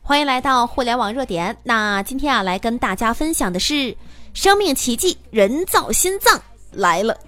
欢迎来到互联网热点。那今天来跟大家分享的是生命奇迹，人造心脏来了。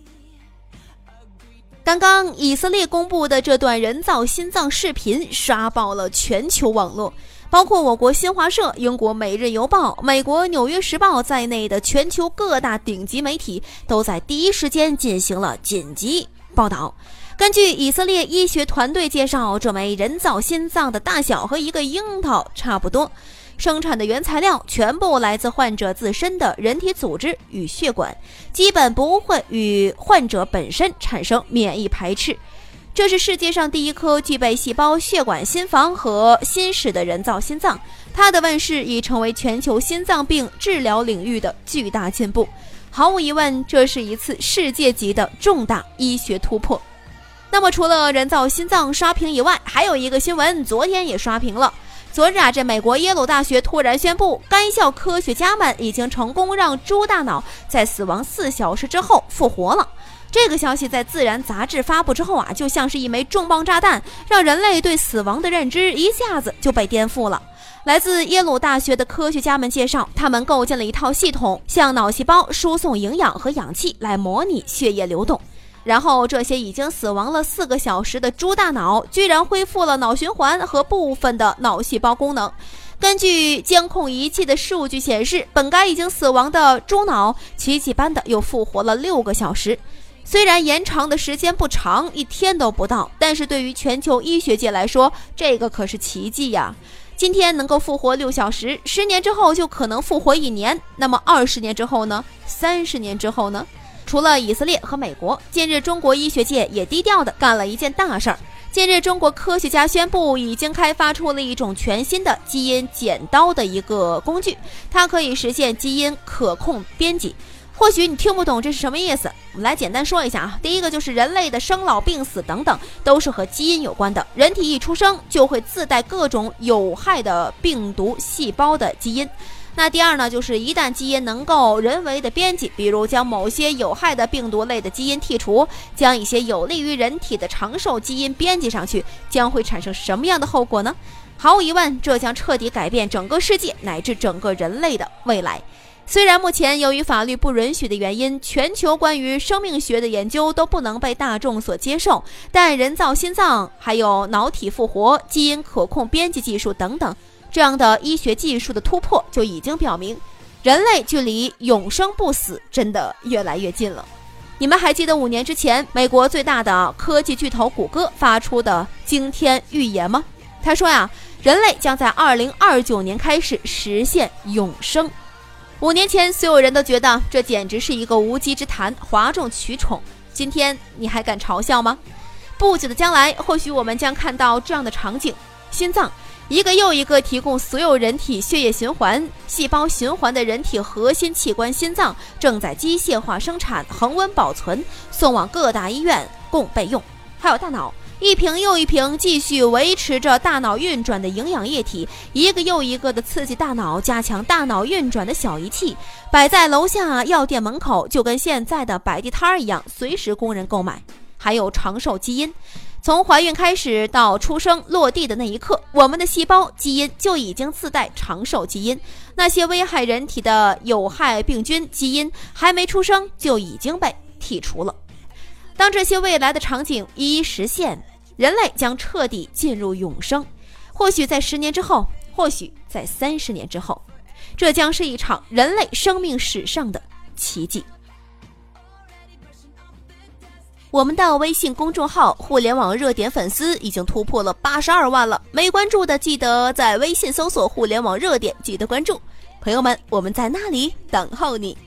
刚刚以色列公布的这段人造心脏视频刷爆了全球网络，包括我国新华社、英国每日邮报、美国纽约时报在内的全球各大顶级媒体都在第一时间进行了紧急报道。根据以色列医学团队介绍，这枚人造心脏的大小和一个樱桃差不多，生产的原材料全部来自患者自身的人体组织与血管，基本不会与患者本身产生免疫排斥。这是世界上第一颗具备细胞、血管、心房和心室的人造心脏，它的问世已成为全球心脏病治疗领域的巨大进步。毫无疑问，这是一次世界级的重大医学突破。那么除了人造心脏刷屏以外，还有一个新闻昨天也刷屏了。昨日这美国耶鲁大学突然宣布，该校科学家们已经成功让猪大脑在死亡4小时之后复活了。这个消息在《自然》杂志发布之后就像是一枚重磅炸弹，让人类对死亡的认知一下子就被颠覆了。来自耶鲁大学的科学家们介绍，他们构建了一套系统，向脑细胞输送营养和氧气来模拟血液流动。然后这些已经死亡了4个小时的猪大脑居然恢复了脑循环和部分的脑细胞功能。根据监控仪器的数据显示，本该已经死亡的猪脑奇迹般的又复活了6个小时。虽然延长的时间不长，1天都不到，但是对于全球医学界来说，这个可是奇迹呀。今天能够复活6小时，10年之后就可能复活1年，那么20年之后呢？30年之后呢？除了以色列和美国，近日中国医学界也低调地干了一件大事儿。近日中国科学家宣布，已经开发出了一种全新的基因剪刀的一个工具，它可以实现基因可控编辑。或许你听不懂这是什么意思，我们来简单说一下第一个就是人类的生老病死等等都是和基因有关的，人体一出生就会自带各种有害的病毒细胞的基因。那第二呢，就是一旦基因能够人为的编辑，比如将某些有害的病毒类的基因剔除，将一些有利于人体的长寿基因编辑上去，将会产生什么样的后果呢？毫无疑问，这将彻底改变整个世界乃至整个人类的未来。虽然目前由于法律不允许的原因，全球关于生命学的研究都不能被大众所接受，但人造心脏、还有脑体复活、基因可控编辑技术等等这样的医学技术的突破，就已经表明人类距离永生不死真的越来越近了。你们还记得5年之前美国最大的科技巨头谷歌发出的惊天预言吗？他说人类将在2029年开始实现永生。5年前所有人都觉得这简直是一个无稽之谈，哗众取宠，今天你还敢嘲笑吗？不久的将来，或许我们将看到这样的场景，心脏一个又一个提供所有人体血液循环、细胞循环的人体核心器官心脏正在机械化生产、恒温保存，送往各大医院供备用。还有大脑，一瓶又一瓶继续维持着大脑运转的营养液体，一个又一个的刺激大脑、加强大脑运转的小仪器，摆在楼下药店门口，就跟现在的摆地摊一样，随时供人购买。还有长寿基因，从怀孕开始到出生落地的那一刻，我们的细胞基因就已经自带长寿基因，那些危害人体的有害病菌基因还没出生就已经被剔除了。当这些未来的场景一一实现，人类将彻底进入永生，或许在10年之后，或许在30年之后，这将是一场人类生命史上的奇迹。我们的微信公众号互联网热点粉丝已经突破了82万了，没关注的记得在微信搜索互联网热点记得关注。朋友们，我们在那里等候你。